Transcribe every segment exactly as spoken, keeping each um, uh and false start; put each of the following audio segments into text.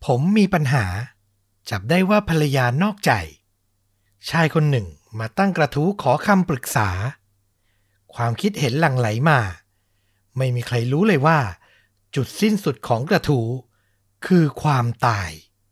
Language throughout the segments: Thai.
ผมมีปัญหาจับได้ว่าภรรยานอกใจชายคนหนึ่งมาตั้งกระทู้ขอคำปรึกษาความคิดเห็นหลั่งไหลมาไม่มีใครรู้เลยว่าจุดสิ้นสุดของกระทู้คือความตาย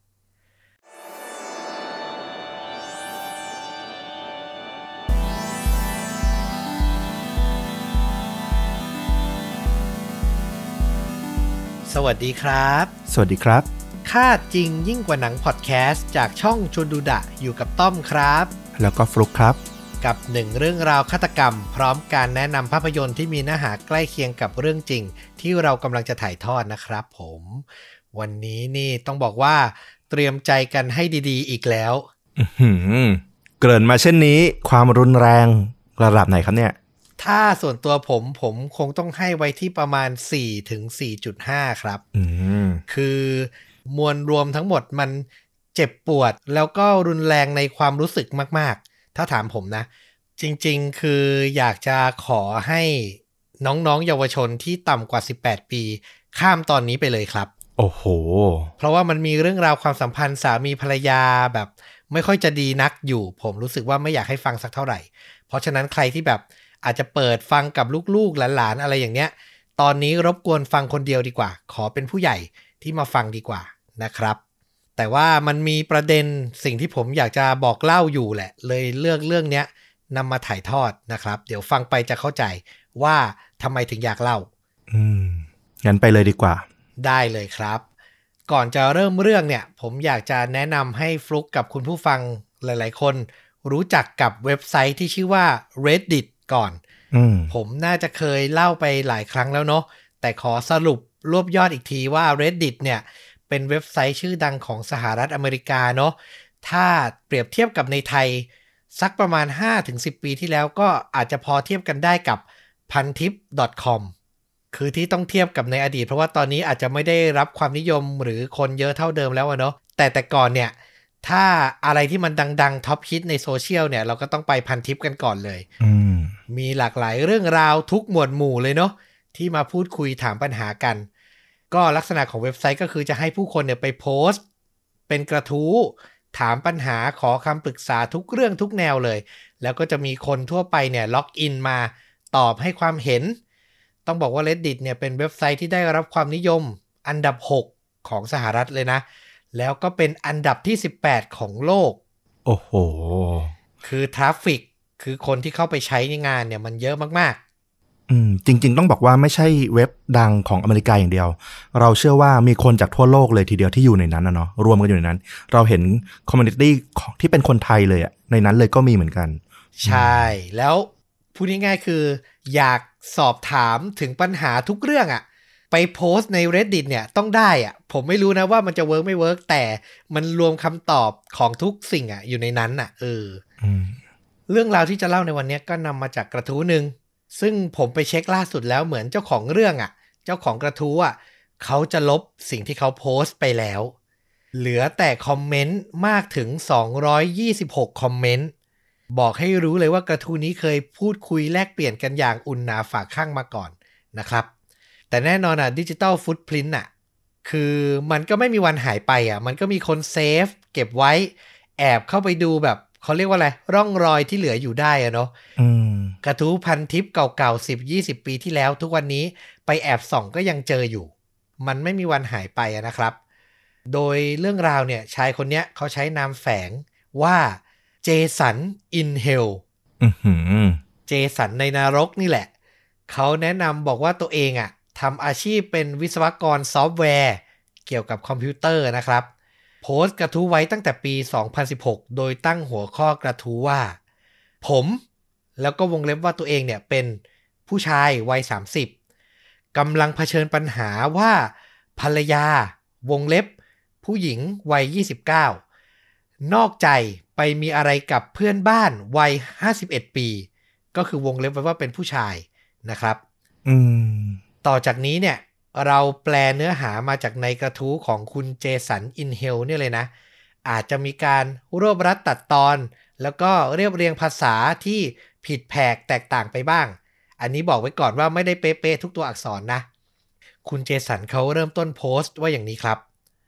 สวัสดีครับสวัสดีครับค่าจริงยิ่งกว่าหนังพอดแคสต์จากช่องชวนดูดะอยู่กับต้อมครับแล้วก็ฟลุกครับกับหนึ่งเรื่องราวฆาตกรรมพร้อมการแนะนำภาพยนตร์ที่มีเนื้อหาใกล้เคียงกับเรื่องจริงที่เรากำลังจะถ่ายทอดนะครับผมวันนี้นี่ต้องบอกว่าเตรียมใจกันให้ดีๆอีกแล้วเกริ่นมาเช่นนี้ความรุนแรงระดับไหนครับเนี่ยถ้าส่วนตัวผมผมคงต้องให้ไว้ที่ประมาณ สี่ถึงสี่จุดห้า ครับคือมวลรวมทั้งหมดมันเจ็บปวดแล้วก็รุนแรงในความรู้สึกมากๆถ้าถามผมนะจริงๆคืออยากจะขอให้น้องๆเยาวชนที่ต่ำกว่าสิบแปดปีข้ามตอนนี้ไปเลยครับโอ้โหเพราะว่ามันมีเรื่องราวความสัมพันธ์สามีภรรยาแบบไม่ค่อยจะดีนักอยู่ผมรู้สึกว่าไม่อยากให้ฟังสักเท่าไหร่เพราะฉะนั้นใครที่แบบอาจจะเปิดฟังกับลูกๆหลานๆอะไรอย่างเนี้ยตอนนี้รบกวนฟังคนเดียวดีกว่าขอเป็นผู้ใหญ่ที่มาฟังดีกว่านะครับแต่ว่ามันมีประเด็นสิ่งที่ผมอยากจะบอกเล่าอยู่แหละเลยเลือกเรื่องนี้นำมาถ่ายทอดนะครับเดี๋ยวฟังไปจะเข้าใจว่าทำไมถึงอยากเล่าอืมงั้นไปเลยดีกว่าได้เลยครับก่อนจะเริ่มเรื่องเนี่ยผมอยากจะแนะนำให้ฟลุกกับคุณผู้ฟังหลายๆคนรู้จักกับเว็บไซต์ที่ชื่อว่า Reddit ก่อนผมน่าจะเคยเล่าไปหลายครั้งแล้วเนาะแต่ขอสรุปรวบยอดอีกทีว่า Reddit เนี่ยเป็นเว็บไซต์ชื่อดังของสหรัฐอเมริกาเนาะถ้าเปรียบเทียบกับในไทยสักประมาณ ห้าถึงสิบ ปีที่แล้วก็อาจจะพอเทียบกันได้กับ พันทิป .com คือที่ต้องเทียบกับในอดีตเพราะว่าตอนนี้อาจจะไม่ได้รับความนิยมหรือคนเยอะเท่าเดิมแล้วเนาะแต่แต่ก่อนเนี่ยถ้าอะไรที่มันดังๆท็อปฮิตในโซเชียลเนี่ยเราก็ต้องไปพันทิปกันก่อนเลยมีหลากหลายเรื่องราวทุกหมวดหมู่เลยเนาะที่มาพูดคุยถามปัญหากันก็ลักษณะของเว็บไซต์ก็คือจะให้ผู้คนเนี่ยไปโพสต์เป็นกระทู้ถามปัญหาขอคำปรึกษาทุกเรื่องทุกแนวเลยแล้วก็จะมีคนทั่วไปเนี่ยล็อกอินมาตอบให้ความเห็นต้องบอกว่า Reddit เนี่ยเป็นเว็บไซต์ที่ได้รับความนิยมอันดับหกของสหรัฐเลยนะแล้วก็เป็นอันดับที่สิบแปดของโลกโอ้โหคือทราฟฟิกคือคนที่เข้าไปใช้ในงานเนี่ยมันเยอะมากๆอืมจริงๆต้องบอกว่าไม่ใช่เว็บดังของอเมริกาอย่างเดียวเราเชื่อว่ามีคนจากทั่วโลกเลยทีเดียวที่อยู่ในนั้นนะเนาะรวมกันอยู่ในนั้นเราเห็นคอมมูนิตี้ที่เป็นคนไทยเลยอ่ะในนั้นเลยก็มีเหมือนกันใช่แล้วพูดง่ายๆคืออยากสอบถามถึงปัญหาทุกเรื่องอ่ะไปโพสต์ใน Reddit เนี่ยต้องได้อ่ะผมไม่รู้นะว่ามันจะเวิร์กไม่เวิร์กแต่มันรวมคำตอบของทุกสิ่งอ่ะอยู่ในนั้นอ่ะเออเรื่องราวที่จะเล่าในวันนี้ก็นำมาจากกระทู้นึงซึ่งผมไปเช็คล่าสุดแล้วเหมือนเจ้าของเรื่องอ่ะเจ้าของกระทู้อ่ะเขาจะลบสิ่งที่เขาโพสต์ไปแล้วเหลือแต่คอมเมนต์มากถึงสองร้อยยี่สิบหกคอมเมนต์บอกให้รู้เลยว่ากระทู้นี้เคยพูดคุยแลกเปลี่ยนกันอย่างอุ่นหนาฝาข้างมาก่อนนะครับแต่แน่นอนอ่ะดิจิตอลฟุตพริ้นท์อ่ะคือมันก็ไม่มีวันหายไปอ่ะมันก็มีคนเซฟเก็บไว้แอบเข้าไปดูแบบเขาเรียกว่าอะไรร่องรอยที่เหลืออยู่ได้อะเนาะกระทู้พันทิปเก่าๆ สิบถึงยี่สิบ ปีที่แล้วทุกวันนี้ไปแอบส่องก็ยังเจออยู่มันไม่มีวันหายไปนะครับโดยเรื่องราวเนี่ยชายคนเนี้ยเขาใช้นามแฝงว่าเจสันอินเฮลเจสันในนรกนี่แหละเขาแนะนำบอกว่าตัวเองอ่ะทำอาชีพเป็นวิศวกรซอฟต์แวร์เกี่ยวกับคอมพิวเตอร์นะครับโพสต์กระทู้ไว้ตั้งแต่ปีสองพันสิบหกโดยตั้งหัวข้อกระทู้ว่าผมแล้วก็วงเล็บว่าตัวเองเนี่ยเป็นผู้ชายวัยสามสิบกำลังเผชิญปัญหาว่าภรรยาวงเล็บผู้หญิงวัยยี่สิบเก้านอกใจไปมีอะไรกับเพื่อนบ้านวัยห้าสิบเอ็ดปีก็คือวงเล็บไว้ว่าเป็นผู้ชายนะครับอืมต่อจากนี้เนี่ยเราแปลเนื้อหามาจากในกระทู้ของคุณเจสันอินเฮลเนี่ยเลยนะอาจจะมีการรวบรัดตัดตอนแล้วก็เรียบเรียงภาษาที่ผิดแผกแตกต่างไปบ้างอันนี้บอกไว้ก่อนว่าไม่ได้เป๊ะๆทุกตัวอักษรนะคุณเจสันเขาเริ่มต้นโพสต์ว่าอย่างนี้ครับ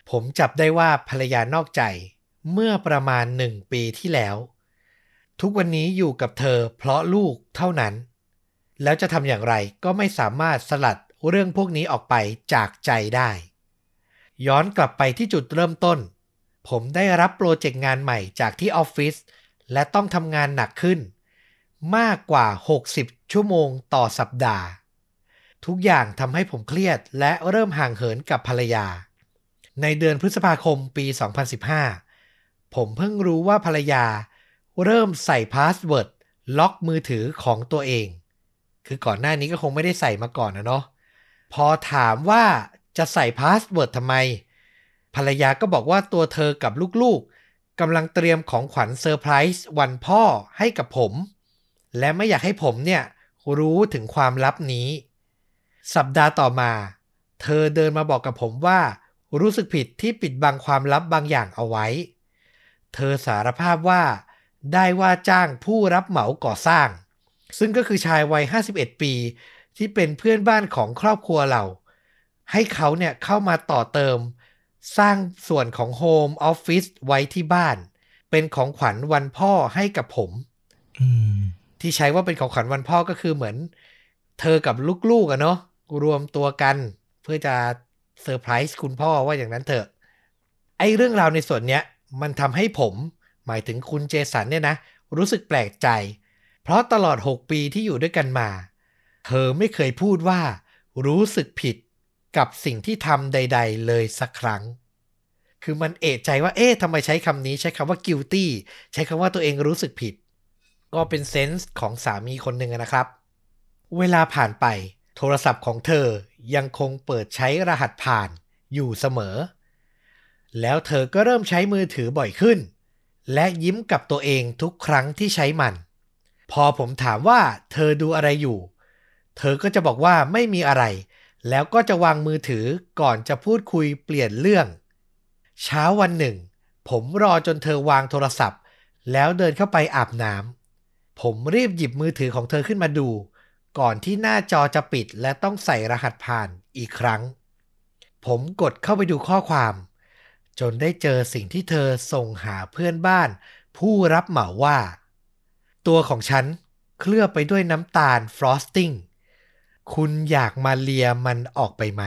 ผมจับได้ว่าภรรยานอกใจเมื่อประมาณหนึ่งปีที่แล้วทุกวันนี้อยู่กับเธอเพราะลูกเท่านั้นแล้วจะทำอย่างไรก็ไม่สามารถสลัดเรื่องพวกนี้ออกไปจากใจได้ย้อนกลับไปที่จุดเริ่มต้นผมได้รับโปรเจกต์งานใหม่จากที่ออฟฟิศและต้องทำงานหนักขึ้นมากกว่าหกสิบชั่วโมงต่อสัปดาห์ทุกอย่างทำให้ผมเครียดและเริ่มห่างเหินกับภรรยาในเดือนพฤษภาคมปีสองพันสิบห้าผมเพิ่งรู้ว่าภรรยาเริ่มใส่พาสเวิร์ดล็อกมือถือของตัวเองคือก่อนหน้านี้ก็คงไม่ได้ใส่มาก่อนนะเนาะพอถามว่าจะใส่พาสเวิร์ดทำไมภรรยาก็บอกว่าตัวเธอกับลูกๆกำลังเตรียมของขวัญเซอร์ไพรส์วันพ่อให้กับผมและไม่อยากให้ผมเนี่ยรู้ถึงความลับนี้สัปดาห์ต่อมาเธอเดินมาบอกกับผมว่ารู้สึกผิดที่ปิดบังความลับบางอย่างเอาไว้เธอสารภาพว่าได้ว่าจ้างผู้รับเหมาก่อสร้างซึ่งก็คือชายวัยห้าสิบเอ็ดปีที่เป็นเพื่อนบ้านของครอบครัวเราให้เขาเนี่ยเข้ามาต่อเติมสร้างส่วนของโฮมออฟฟิศไว้ที่บ้านเป็นของขวัญวันพ่อให้กับผมที่ใช้ว่าเป็นของขวัญวันพ่อก็คือเหมือนเธอกับลูกๆอะเนาะรวมตัวกันเพื่อจะเซอร์ไพรส์คุณพ่อว่าอย่างนั้นเถอะไอ้เรื่องราวในส่วนเนี้ยมันทำให้ผมหมายถึงคุณเจสันเนี่ยนะรู้สึกแปลกใจเพราะตลอดหกปีที่อยู่ด้วยกันมาเธอไม่เคยพูดว่ารู้สึกผิดกับสิ่งที่ทำใดๆเลยสักครั้งคือมันเอะใจว่าเอ๊ะทำไมใช้คำนี้ใช้คำว่า guilty ใช้คำว่าตัวเองรู้สึกผิดก็เป็นเซนส์ของสามีคนหนึ่งนะครับเวลาผ่านไปโทรศัพท์ของเธอยังคงเปิดใช้รหัสผ่านอยู่เสมอแล้วเธอก็เริ่มใช้มือถือบ่อยขึ้นและยิ้มกับตัวเองทุกครั้งที่ใช้มันพอผมถามว่าเธอดูอะไรอยู่เธอก็จะบอกว่าไม่มีอะไรแล้วก็จะวางมือถือก่อนจะพูดคุยเปลี่ยนเรื่องเช้าวันหนึ่งผมรอจนเธอวางโทรศัพท์แล้วเดินเข้าไปอาบน้ำผมรีบหยิบมือถือของเธอขึ้นมาดูก่อนที่หน้าจอจะปิดและต้องใส่รหัสผ่านอีกครั้งผมกดเข้าไปดูข้อความจนได้เจอสิ่งที่เธอส่งหาเพื่อนบ้านผู้รับเหมาว่าตัวของฉันเคลือบไปด้วยน้ำตาลฟรอสติ้งคุณอยากมาเลียมันออกไปไหม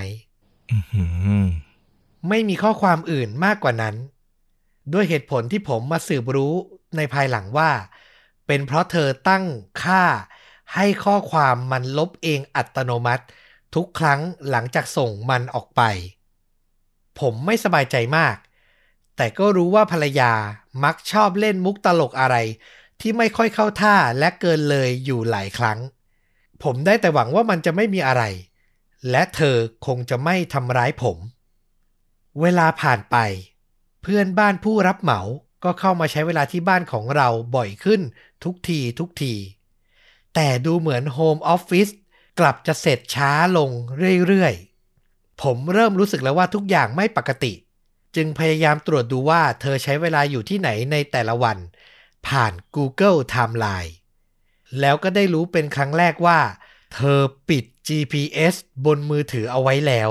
mm-hmm. ไม่มีข้อความอื่นมากกว่านั้นด้วยเหตุผลที่ผมมาสืบรู้ในภายหลังว่าเป็นเพราะเธอตั้งค่าให้ข้อความมันลบเองอัตโนมัติทุกครั้งหลังจากส่งมันออกไปผมไม่สบายใจมากแต่ก็รู้ว่าภรรยามักชอบเล่นมุกตลกอะไรที่ไม่ค่อยเข้าท่าและเกินเลยอยู่หลายครั้งผมได้แต่หวังว่ามันจะไม่มีอะไรและเธอคงจะไม่ทำร้ายผมเวลาผ่านไปเพื่อนบ้านผู้รับเหมาก็เข้ามาใช้เวลาที่บ้านของเราบ่อยขึ้นทุกทีทุกทีแต่ดูเหมือนโฮมออฟฟิศกลับจะเสร็จช้าลงเรื่อยๆผมเริ่มรู้สึกแล้วว่าทุกอย่างไม่ปกติจึงพยายามตรวจดูว่าเธอใช้เวลาอยู่ที่ไหนในแต่ละวันผ่าน Google Timeline แล้วก็ได้รู้เป็นครั้งแรกว่าเธอปิด จี พี เอส บนมือถือเอาไว้แล้ว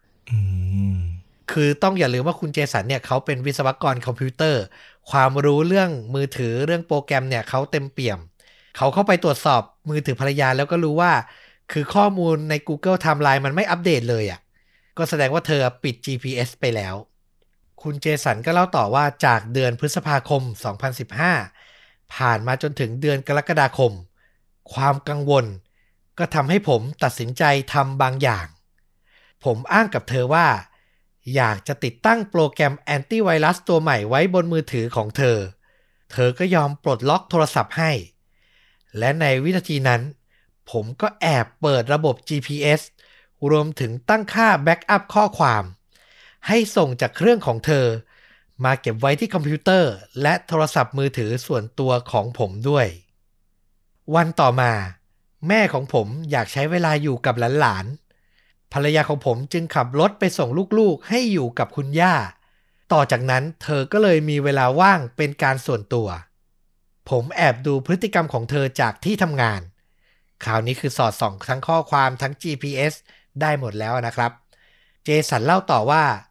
mm. คือต้องอย่าลืมว่าคุณเจสันเนี่ยเขาเป็นวิศวกรคอมพิวเตอร์ความรู้เรื่องมือถือเรื่องโปรแกรมเนี่ยเขาเต็มเปี่ยมเขาเข้าไปตรวจสอบมือถือภรรยาแล้วก็รู้ว่าคือข้อมูลใน Google Timeline มันไม่อัปเดตเลยอ่ะก็แสดงว่าเธอปิด จี พี เอส ไปแล้วคุณเจสันก็เล่าต่อว่าจากเดือนพฤษภาคมสองพันสิบห้าผ่านมาจนถึงเดือนกรกฎาคมความกังวลก็ทำให้ผมตัดสินใจทำบางอย่างผมอ้างกับเธอว่าอยากจะติดตั้งโปรแกรมแอนตี้ไวรัสตัวใหม่ไว้บนมือถือของเธอเธอก็ยอมปลดล็อกโทรศัพท์ให้และในวินาทีนั้นผมก็แอบเปิดระบบ จี พี เอส รวมถึงตั้งค่าแบ็กอัพข้อความให้ส่งจากเครื่องของเธอมาเก็บไว้ที่คอมพิวเตอร์และโทรศัพท์มือถือส่วนตัวของผมด้วยวันต่อมาแม่ของผมอยากใช้เวลาอยู่กับหลานๆภรรยาของผมจึงขับรถไปส่งลูกๆให้อยู่กับคุณย่าต่อจากนั้นเธอก็เลยมีเวลาว่างเป็นการส่วนตัวผมแอบดูพฤติกรรมของเธอจากที่ทำงานคราวนี้คือสอดส่องทั้งข้อความทั้ง จี พี เอส ได้หมดแล้วนะครับเจสันเล่าต่อว่า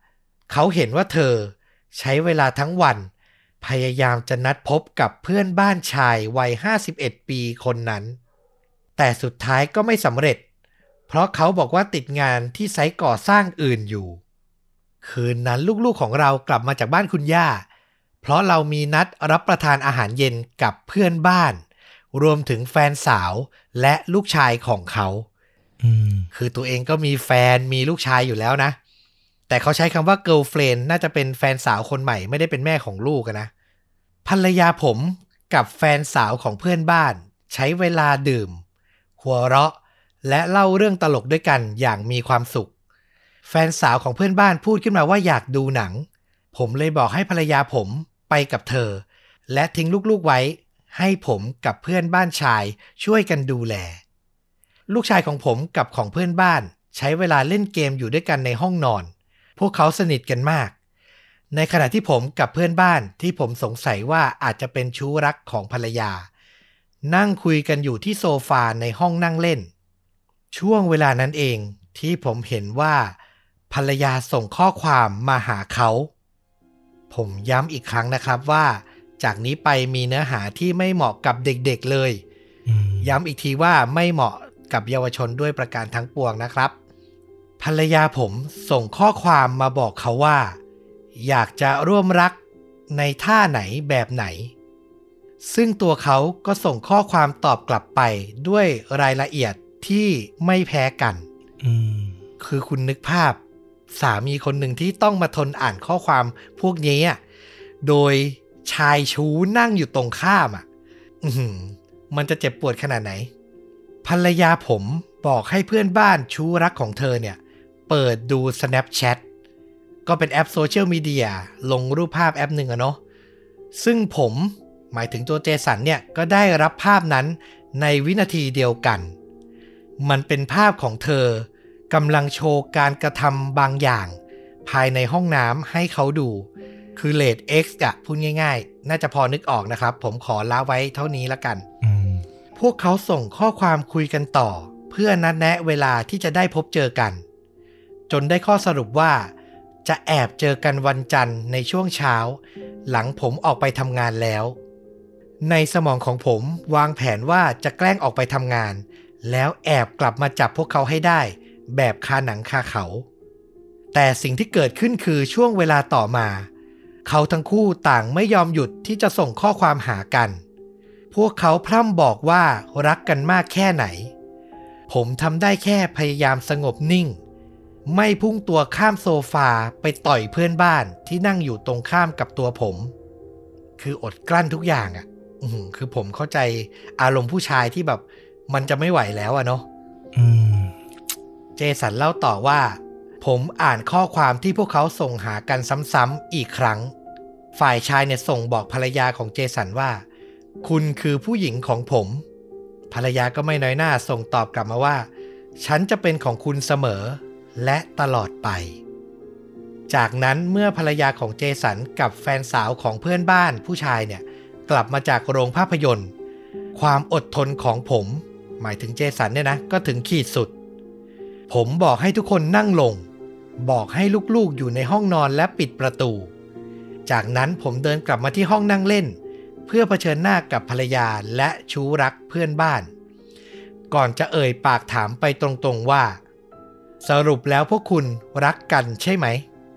เขาเห็นว่าเธอใช้เวลาทั้งวันพยายามจะนัดพบกับเพื่อนบ้านชายวัยห้าสิบเอ็ดปีคนนั้นแต่สุดท้ายก็ไม่สำเร็จเพราะเขาบอกว่าติดงานที่ไซต์ก่อสร้างอื่นอยู่คืนนั้นลูกๆของเรากลับมาจากบ้านคุณย่าเพราะเรามีนัดรับประทานอาหารเย็นกับเพื่อนบ้านรวมถึงแฟนสาวและลูกชายของเขาคือตัวเองก็มีแฟนมีลูกชายอยู่แล้วนะแต่เขาใช้คำว่า girlfriend น่าจะเป็นแฟนสาวคนใหม่ไม่ได้เป็นแม่ของลูกนะภรรยาผมกับแฟนสาวของเพื่อนบ้านใช้เวลาดื่มหัวเราะและเล่าเรื่องตลกด้วยกันอย่างมีความสุขแฟนสาวของเพื่อนบ้านพูดขึ้นมาว่าอยากดูหนังผมเลยบอกให้ภรรยาผมไปกับเธอและทิ้งลูกๆไว้ให้ผมกับเพื่อนบ้านชายช่วยกันดูแลลูกชายของผมกับของเพื่อนบ้านใช้เวลาเล่นเกมอยู่ด้วยกันในห้องนอนพวกเขาสนิทกันมากในขณะที่ผมกับเพื่อนบ้านที่ผมสงสัยว่าอาจจะเป็นชู้รักของภรรยานั่งคุยกันอยู่ที่โซฟาในห้องนั่งเล่นช่วงเวลานั้นเองที่ผมเห็นว่าภรรยาส่งข้อความมาหาเขาผมย้ำอีกครั้งนะครับว่าจากนี้ไปมีเนื้อหาที่ไม่เหมาะกับเด็กๆเลยย้ำอีกทีว่าไม่เหมาะกับเยาวชนด้วยประการทั้งปวงนะครับภรรยาผมส่งข้อความมาบอกเขาว่าอยากจะร่วมรักในท่าไหนแบบไหนซึ่งตัวเขาก็ส่งข้อความตอบกลับไปด้วยรายละเอียดที่ไม่แพ้กันคือคุณนึกภาพสามีคนหนึ่งที่ต้องมาทนอ่านข้อความพวกนี้โดยชายชู้นั่งอยู่ตรงข้ามอ่ะมันจะเจ็บปวดขนาดไหนภรรยาผมบอกให้เพื่อนบ้านชู้รักของเธอเนี่ยเปิดดู Snapchat ก็เป็นแอปโซเชียลมีเดียลงรูปภาพแอปหนึ่งอะเนาะซึ่งผมหมายถึงตัวเจสันเนี่ยก็ได้รับภาพนั้นในวินาทีเดียวกันมันเป็นภาพของเธอกำลังโชว์การกระทำบางอย่างภายในห้องน้ำให้เขาดูคือเรท X อะพูดง่ายๆน่าจะพอนึกออกนะครับผมขอละไว้เท่านี้ละกันพวกเขาส่งข้อความคุยกันต่อเพื่อนัดแนะเวลาที่จะได้พบเจอกันจนได้ข้อสรุปว่าจะแอบเจอกันวันจันทร์ในช่วงเช้าหลังผมออกไปทำงานแล้วในสมองของผมวางแผนว่าจะแกล้งออกไปทำงานแล้วแอบกลับมาจับพวกเขาให้ได้แบบคาหนังคาเขาแต่สิ่งที่เกิดขึ้นคือช่วงเวลาต่อมาเขาทั้งคู่ต่างไม่ยอมหยุดที่จะส่งข้อความหากันพวกเขาพร่ำบอกว่ารักกันมากแค่ไหนผมทำได้แค่พยายามสงบนิ่งไม่พุ่งตัวข้ามโซฟาไปต่อยเพื่อนบ้านที่นั่งอยู่ตรงข้ามกับตัวผมคืออดกลั้นทุกอย่างอ่ะคือผมเข้าใจอารมณ์ผู้ชายที่แบบมันจะไม่ไหวแล้วอะเนาะเจสันเล่าต่อว่าผมอ่านข้อความที่พวกเขาส่งหากันซ้ำๆอีกครั้งฝ่ายชายเนี่ยส่งบอกภรรยาของเจสันว่าคุณคือผู้หญิงของผมภรรยาก็ไม่น้อยหน้าส่งตอบกลับมาว่าฉันจะเป็นของคุณเสมอและตลอดไปจากนั้นเมื่อภรรยาของเจสันกับแฟนสาวของเพื่อนบ้านผู้ชายเนี่ยกลับมาจากโรงภาพยนตร์ความอดทนของผมหมายถึงเจสันเนี่ยนะก็ถึงขีดสุดผมบอกให้ทุกคนนั่งลงบอกให้ลูกๆอยู่ในห้องนอนและปิดประตูจากนั้นผมเดินกลับมาที่ห้องนั่งเล่นเพื่อเผชิญหน้ากับภรรยาและชู้รักเพื่อนบ้านก่อนจะเอ่ยปากถามไปตรงๆว่าสรุปแล้วพวกคุณรักกันใช่ไหม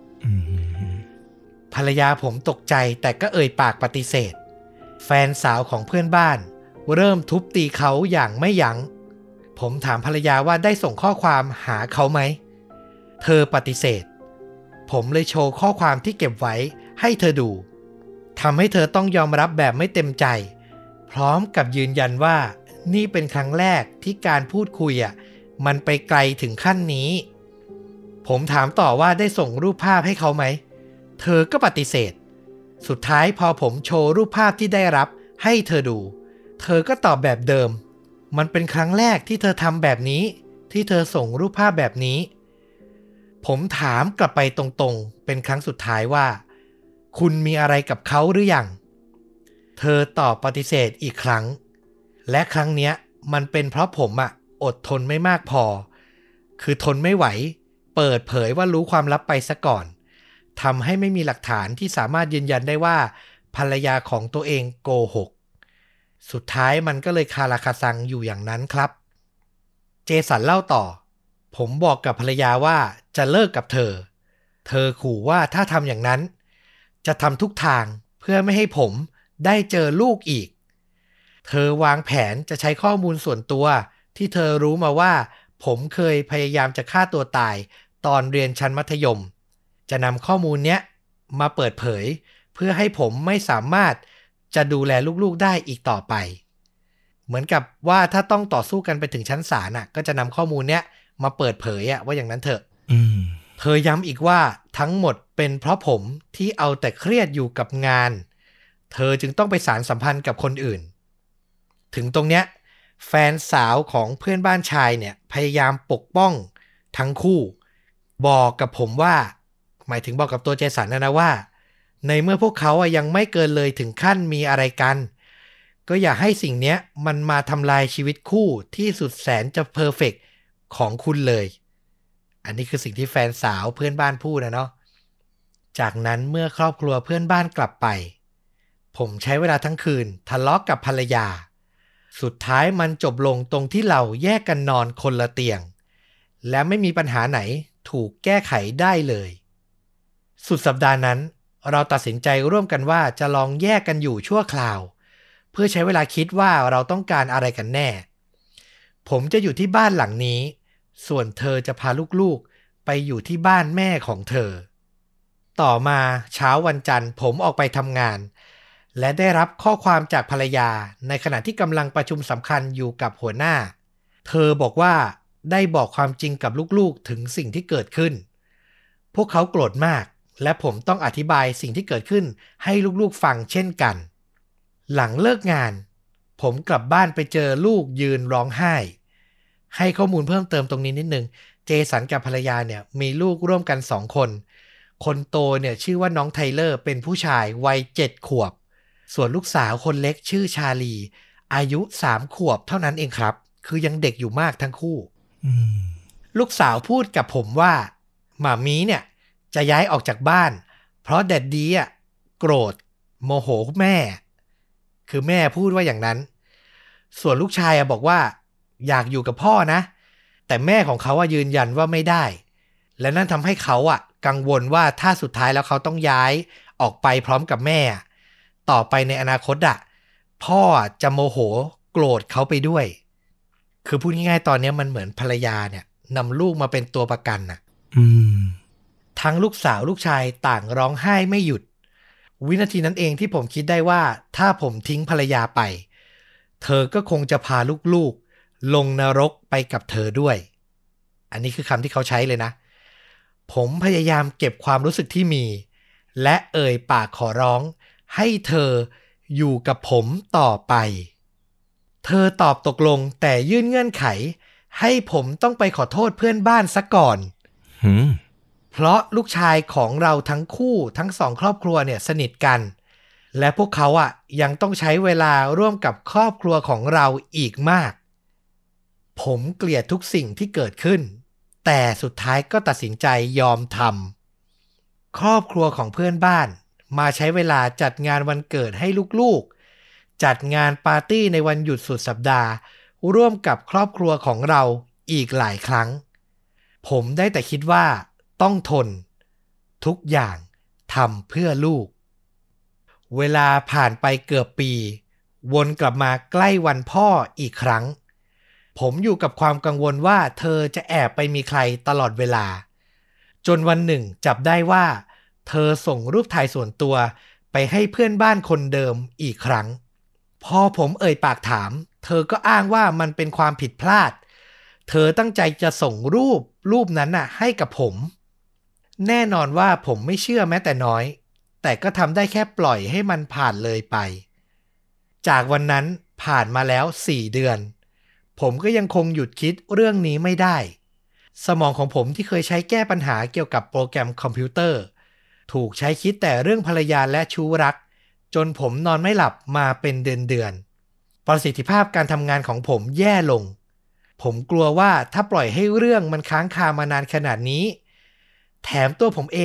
ภรรยาผมตกใจแต่ก็เอ่ยปากปฏิเสธแฟนสาวของเพื่อนบ้านเริ่มทุบตีเขาอย่างไม่ยั้งผมถามภรรยาว่าได้ส่งข้อความหาเขาไหมเธอปฏิเสธผมเลยโชว์ข้อความที่เก็บไว้ให้เธอดูทำให้เธอต้องยอมรับแบบไม่เต็มใจพร้อมกับยืนยันว่านี่เป็นครั้งแรกที่การพูดคุยอ่ะมันไปไกลถึงขั้นนี้ผมถามต่อว่าได้ส่งรูปภาพให้เขาไหมเธอก็ปฏิเสธสุดท้ายพอผมโชว์รูปภาพที่ได้รับให้เธอดูเธอก็ตอบแบบเดิมมันเป็นครั้งแรกที่เธอทำแบบนี้ที่เธอส่งรูปภาพแบบนี้ผมถามกลับไปตรงๆเป็นครั้งสุดท้ายว่าคุณมีอะไรกับเขาหรือยังเธอตอบปฏิเสธอีกครั้งและครั้งเนี้ยมันเป็นเพราะผมอะอดทนไม่มากพอคือทนไม่ไหวเปิดเผยว่ารู้ความลับไปซะก่อนทำให้ไม่มีหลักฐานที่สามารถยืนยันได้ว่าภรรยาของตัวเองโกหกสุดท้ายมันก็เลยคาราคาซังอยู่อย่างนั้นครับเจสันเล่าต่อผมบอกกับภรรยาว่าจะเลิกกับเธอเธอขู่ว่าถ้าทำอย่างนั้นจะทำทุกทางเพื่อไม่ให้ผมได้เจอลูกอีกเธอวางแผนจะใช้ข้อมูลส่วนตัวที่เธอรู้มาว่าผมเคยพยายามจะฆ่าตัวตายตอนเรียนชั้นมัธยมจะนำข้อมูลเนี้ยมาเปิดเผยเพื่อให้ผมไม่สามารถจะดูแลลูกๆได้อีกต่อไปเหมือนกับว่าถ้าต้องต่อสู้กันไปถึงชั้นศาลน่ะก็จะนำข้อมูลเนี้ยมาเปิดเผยอะว่าอย่างนั้นเถอะเธอย้ำอีกว่าทั้งหมดเป็นเพราะผมที่เอาแต่เครียดอยู่กับงานเธอจึงต้องไปสานสัมพันธ์กับคนอื่นถึงตรงเนี้ยแฟนสาวของเพื่อนบ้านชายเนี่ยพยายามปกป้องทั้งคู่บอกกับผมว่าหมายถึงบอกกับตัวเจสันนะนะว่าในเมื่อพวกเขาอะยังไม่เกินเลยถึงขั้นมีอะไรกันก็อย่าให้สิ่งเนี้ยมันมาทำลายชีวิตคู่ที่สุดแสนจะเพอร์เฟกต์ของคุณเลยอันนี้คือสิ่งที่แฟนสาวเพื่อนบ้านพูดนะเนาะจากนั้นเมื่อครอบครัวเพื่อนบ้านกลับไปผมใช้เวลาทั้งคืนทะเลาะกับภรรยาสุดท้ายมันจบลงตรงที่เราแยกกันนอนคนละเตียงและไม่มีปัญหาไหนถูกแก้ไขได้เลยสุดสัปดาห์นั้นเราตัดสินใจร่วมกันว่าจะลองแยกกันอยู่ชั่วคราวเพื่อใช้เวลาคิดว่าเราต้องการอะไรกันแน่ผมจะอยู่ที่บ้านหลังนี้ส่วนเธอจะพาลูกๆไปอยู่ที่บ้านแม่ของเธอต่อมาเช้าวันจันทร์ผมออกไปทำงานและได้รับข้อความจากภรรยาในขณะที่กำลังประชุมสำคัญอยู่กับหัวหน้าเธอบอกว่าได้บอกความจริงกับลูกๆถึงสิ่งที่เกิดขึ้นพวกเขาโกรธมากและผมต้องอธิบายสิ่งที่เกิดขึ้นให้ลูกๆฟังเช่นกันหลังเลิกงานผมกลับบ้านไปเจอลูกยืนร้องไห้ให้ข้อมูลเพิ่มเติมตรงนี้นิดนึงเจสันกับภรรยาเนี่ยมีลูกร่วมกันสองคนคนโตเนี่ยชื่อว่าน้องไทเลอร์เป็นผู้ชายวัยเจ็ดขวบส่วนลูกสาวคนเล็กชื่อชาลีอายุสามขวบเท่านั้นเองครับคือยังเด็กอยู่มากทั้งคู่ลูกสาวพูดกับผมว่าหม่ามีเนี่ยจะย้ายออกจากบ้านเพราะแดดดี้อ่ะโกรธโมโหแม่คือแม่พูดว่าอย่างนั้นส่วนลูกชายอ่ะบอกว่าอยากอยู่กับพ่อนะแต่แม่ของเขาอ่ะยืนยันว่าไม่ได้และนั่นทำให้เขาอ่ะกังวลว่าถ้าสุดท้ายแล้วเขาต้องย้ายออกไปพร้อมกับแม่ต่อไปในอนาคตอ่ะพ่อจะโมโหโกรธเขาไปด้วยคือพูดง่ายๆตอนนี้มันเหมือนภรรยาเนี่ยนำลูกมาเป็นตัวประกันน่ะอืมทั้งลูกสาวลูกชายต่างร้องไห้ไม่หยุดวินาทีนั้นเองที่ผมคิดได้ว่าถ้าผมทิ้งภรรยาไปเธอก็คงจะพาลูกๆลงนรกไปกับเธอด้วยอันนี้คือคำที่เขาใช้เลยนะผมพยายามเก็บความรู้สึกที่มีและเอ่ยปากขอร้องให้เธออยู่กับผมต่อไปเธอตอบตกลงแต่ยื่นเงื่อนไขให้ผมต้องไปขอโทษเพื่อนบ้านซะก่อน hmm. เพราะลูกชายของเราทั้งคู่ทั้งสองครอบครัวเนี่ยสนิทกันและพวกเขาอ่ะยังต้องใช้เวลาร่วมกับครอบครัวของเราอีกมากผมเกลียดทุกสิ่งที่เกิดขึ้นแต่สุดท้ายก็ตัดสินใจยอมทำครอบครัวของเพื่อนบ้านมาใช้เวลาจัดงานวันเกิดให้ลูกๆจัดงานปาร์ตี้ในวันหยุดสุดสัปดาห์ร่วมกับครอบครัวของเราอีกหลายครั้งผมได้แต่คิดว่าต้องทนทุกอย่างทำเพื่อลูกเวลาผ่านไปเกือบปีวนกลับมาใกล้วันพ่ออีกครั้งผมอยู่กับความกังวลว่าเธอจะแอบไปมีใครตลอดเวลาจนวันหนึ่งจับได้ว่าเธอส่งรูปถ่ายส่วนตัวไปให้เพื่อนบ้านคนเดิมอีกครั้งพอผมเอ่ยปากถามเธอก็อ้างว่ามันเป็นความผิดพลาดเธอตั้งใจจะส่งรูปรูปนั้นน่ะให้กับผมแน่นอนว่าผมไม่เชื่อแม้แต่น้อยแต่ก็ทำได้แค่ปล่อยให้มันผ่านเลยไปจากวันนั้นผ่านมาแล้วสี่เดือนผมก็ยังคงหยุดคิดเรื่องนี้ไม่ได้สมองของผมที่เคยใช้แก้ปัญหาเกี่ยวกับโปรแกรมคอมพิวเตอร์ถูกใช้คิดแต่เรื่องภรรยาและชู้รักจนผมนอนไม่หลับมาเป็นเดือนๆประสิทธิภาพการทำงานของผมแย่ลงผมกลัวว่าถ้าปล่อยให้เรื่องมันค้างคามานานขนาดนี้แถมตัวผมเองอ่ะ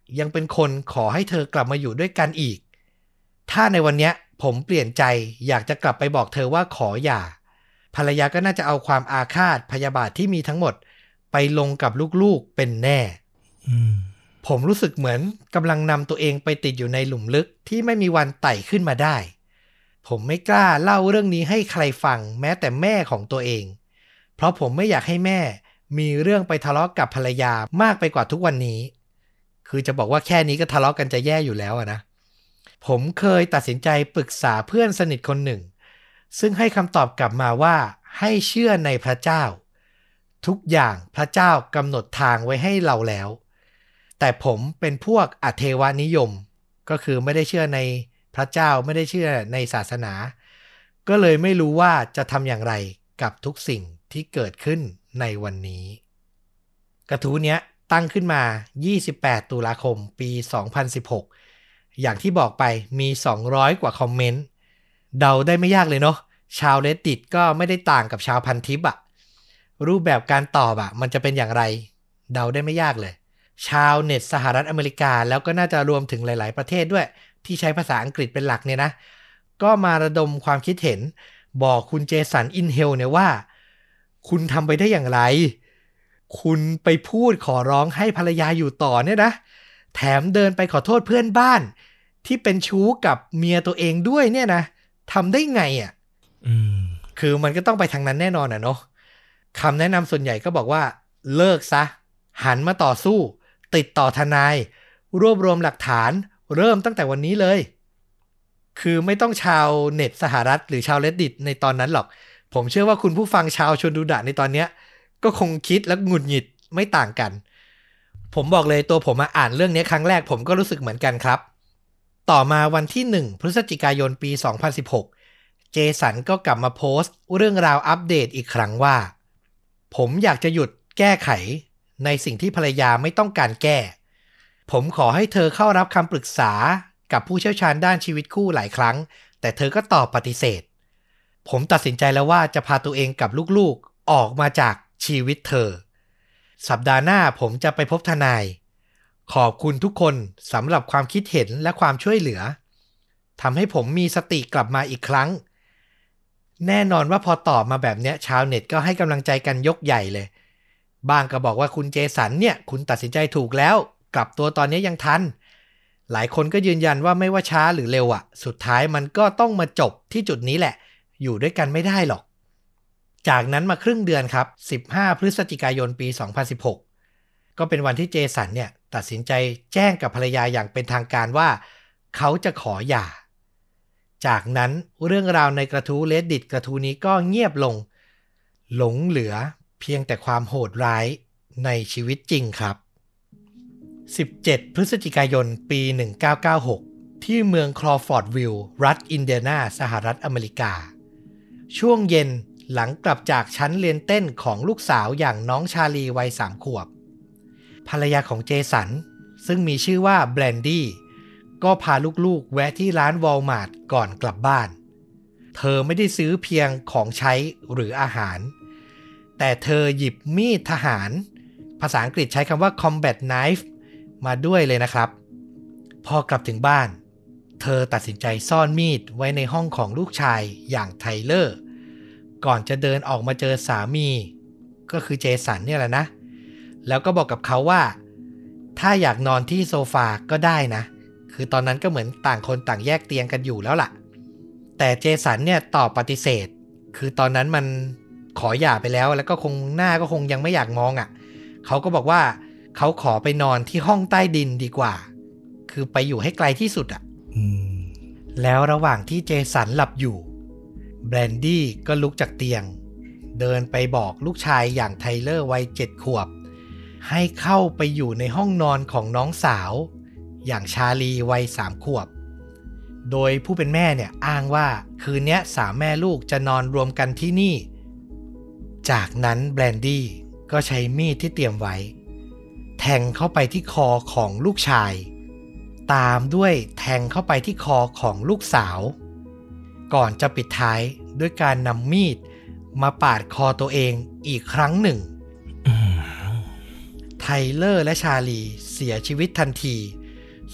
ยังเป็นคนขอให้เธอกลับมาอยู่ด้วยกันอีกถ้าในวันนี้ผมเปลี่ยนใจอยากจะกลับไปบอกเธอว่าขอหย่าภรรยาก็น่าจะเอาความอาฆาตพยาบาทที่มีทั้งหมดไปลงกับลูกๆเป็นแน่ ผมรู้สึกเหมือนกำลังนำตัวเองไปติดอยู่ในหลุมลึกที่ไม่มีวันไต่ขึ้นมาได้ผมไม่กล้าเล่าเรื่องนี้ให้ใครฟังแม้แต่แม่ของตัวเองเพราะผมไม่อยากให้แม่มีเรื่องไปทะเลาะกับภรรยามากไปกว่าทุกวันนี้คือจะบอกว่าแค่นี้ก็ทะเลาะกันจะแย่อยู่แล้วนะผมเคยตัดสินใจปรึกษาเพื่อนสนิทคนหนึ่งซึ่งให้คำตอบกลับมาว่าให้เชื่อในพระเจ้าทุกอย่างพระเจ้ากำหนดทางไว้ให้เราแล้วแต่ผมเป็นพวกอเทวนิยมก็คือไม่ได้เชื่อในพระเจ้าไม่ได้เชื่อในศาสนาก็เลยไม่รู้ว่าจะทำอย่างไรกับทุกสิ่งที่เกิดขึ้นในวันนี้กระทู้เนี้ยตั้งขึ้นมายี่สิบแปดตุลาคมปีสองพันสิบหกอย่างที่บอกไปมีสองร้อยกว่าคอมเมนต์เดาได้ไม่ยากเลยเนาะชาว Reddit ก็ไม่ได้ต่างกับชาวพันทิปอะรูปแบบการตอบอะมันจะเป็นอย่างไรเดาได้ไม่ยากเลยชาวเน็ตสหรัฐอเมริกาแล้วก็น่าจะรวมถึงหลายๆประเทศด้วยที่ใช้ภาษาอังกฤษเป็นหลักเนี่ยนะก็มาระดมความคิดเห็นบอกคุณเจสันอินเฮลเนี่ยว่าคุณทำไปได้อย่างไรคุณไปพูดขอร้องให้ภรรยาอยู่ต่อเนี่ยนะแถมเดินไปขอโทษเพื่อนบ้านที่เป็นชู้กับเมียตัวเองด้วยเนี่ยนะทำได้ไงอ่ะคือมันก็ต้องไปทางนั้นแน่นอนอ่ะเนาะคำแนะนำส่วนใหญ่ก็บอกว่าเลิกซะหันมาต่อสู้ติดต่อทนายรวบรวมหลักฐานเริ่มตั้งแต่วันนี้เลยคือไม่ต้องชาวเน็ตสหรัฐหรือชาว Reddit ในตอนนั้นหรอกผมเชื่อว่าคุณผู้ฟังชาวชวนดูดะในตอนนี้ก็คงคิดและหงุดหงิดไม่ต่างกันผมบอกเลยตัวผมมาอ่านเรื่องนี้ครั้งแรกผมก็รู้สึกเหมือนกันครับต่อมาวันที่หนึ่งพฤศจิกายนปีสองพันสิบหกเจสันก็กลับมาโพสต์เรื่องราวอัปเดตอีกครั้งว่าผมอยากจะหยุดแก้ไขในสิ่งที่ภรรยาไม่ต้องการแก้ผมขอให้เธอเข้ารับคำปรึกษากับผู้เชี่ยวชาญด้านชีวิตคู่หลายครั้งแต่เธอก็ตอบปฏิเสธผมตัดสินใจแล้วว่าจะพาตัวเองกับลูกๆออกมาจากชีวิตเธอสัปดาห์หน้าผมจะไปพบทนายขอบคุณทุกคนสำหรับความคิดเห็นและความช่วยเหลือทำให้ผมมีสติกลับมาอีกครั้งแน่นอนว่าพอตอบมาแบบนี้ชาวเน็ตก็ให้กำลังใจกันยกใหญ่เลยบางก็บอกว่าคุณเจสันเนี่ยคุณตัดสินใจถูกแล้วกลับตัวตอนนี้ยังทันหลายคนก็ยืนยันว่าไม่ว่าช้าหรือเร็วอ่ะสุดท้ายมันก็ต้องมาจบที่จุดนี้แหละอยู่ด้วยกันไม่ได้หรอกจากนั้นมาครึ่งเดือนครับสิบห้าพฤศจิกายนปีสองพันสิบหกก็เป็นวันที่เจสันเนี่ยตัดสินใจแจ้งกับภรรยาอย่างเป็นทางการว่าเขาจะขอหย่าจากนั้นเรื่องราวในกระทู้ Reddit กระทู้นี้ก็เงียบลงหลงเหลือเพียงแต่ความโหดร้ายในชีวิตจริงครับสิบเจ็ดพฤศจิกายนปีหนึ่งพันเก้าร้อยเก้าสิบหกที่เมืองคลอฟอร์ดวิลล์รัฐอินเดียนาสหรัฐอเมริกาช่วงเย็นหลังกลับจากชั้นเรียนเต้นของลูกสาวอย่างน้องชาลีวัยสามขวบภรรยาของเจสันซึ่งมีชื่อว่าแบรนดี้ก็พาลูกๆแวะที่ร้านวอลมาร์ทก่อนกลับบ้านเธอไม่ได้ซื้อเพียงของใช้หรืออาหารแต่เธอหยิบมีดทหารภาษาอังกฤษใช้คำว่า combat knife มาด้วยเลยนะครับพอกลับถึงบ้านเธอตัดสินใจซ่อนมีดไว้ในห้องของลูกชายอย่างไทเลอร์ก่อนจะเดินออกมาเจอสามีก็คือเจสันเนี่ยแหละนะแล้วก็บอกกับเขาว่าถ้าอยากนอนที่โซฟาก็ได้นะคือตอนนั้นก็เหมือนต่างคนต่างแยกเตียงกันอยู่แล้วล่ะแต่เจสันเนี่ยตอบปฏิเสธคือตอนนั้นมันขอหย่าไปแล้วแล้วก็คงหน้าก็คงยังไม่อยากมองอ่ะเขาก็บอกว่าเขาขอไปนอนที่ห้องใต้ดินดีกว่าคือไปอยู่ให้ไกลที่สุดอ่ะแล้วระหว่างที่เจสันหลับอยู่แบรนดี้ก็ลุกจากเตียงเดินไปบอกลูกชายอย่างไทเลอร์วัยเจ็ดขวบให้เข้าไปอยู่ในห้องนอนของน้องสาวอย่างชาลีวัยสามขวบโดยผู้เป็นแม่เนี่ยอ้างว่าคืนนี้สามแม่ลูกจะนอนรวมกันที่นี่จากนั้นแบรนดี้ก็ใช้มีดที่เตรียมไว้แทงเข้าไปที่คอของลูกชายตามด้วยแทงเข้าไปที่คอของลูกสาวก่อนจะปิดท้ายด้วยการนำมีดมาปาดคอตัวเองอีกครั้งหนึ่งไทเลอร์และชาลีเสียชีวิตทันที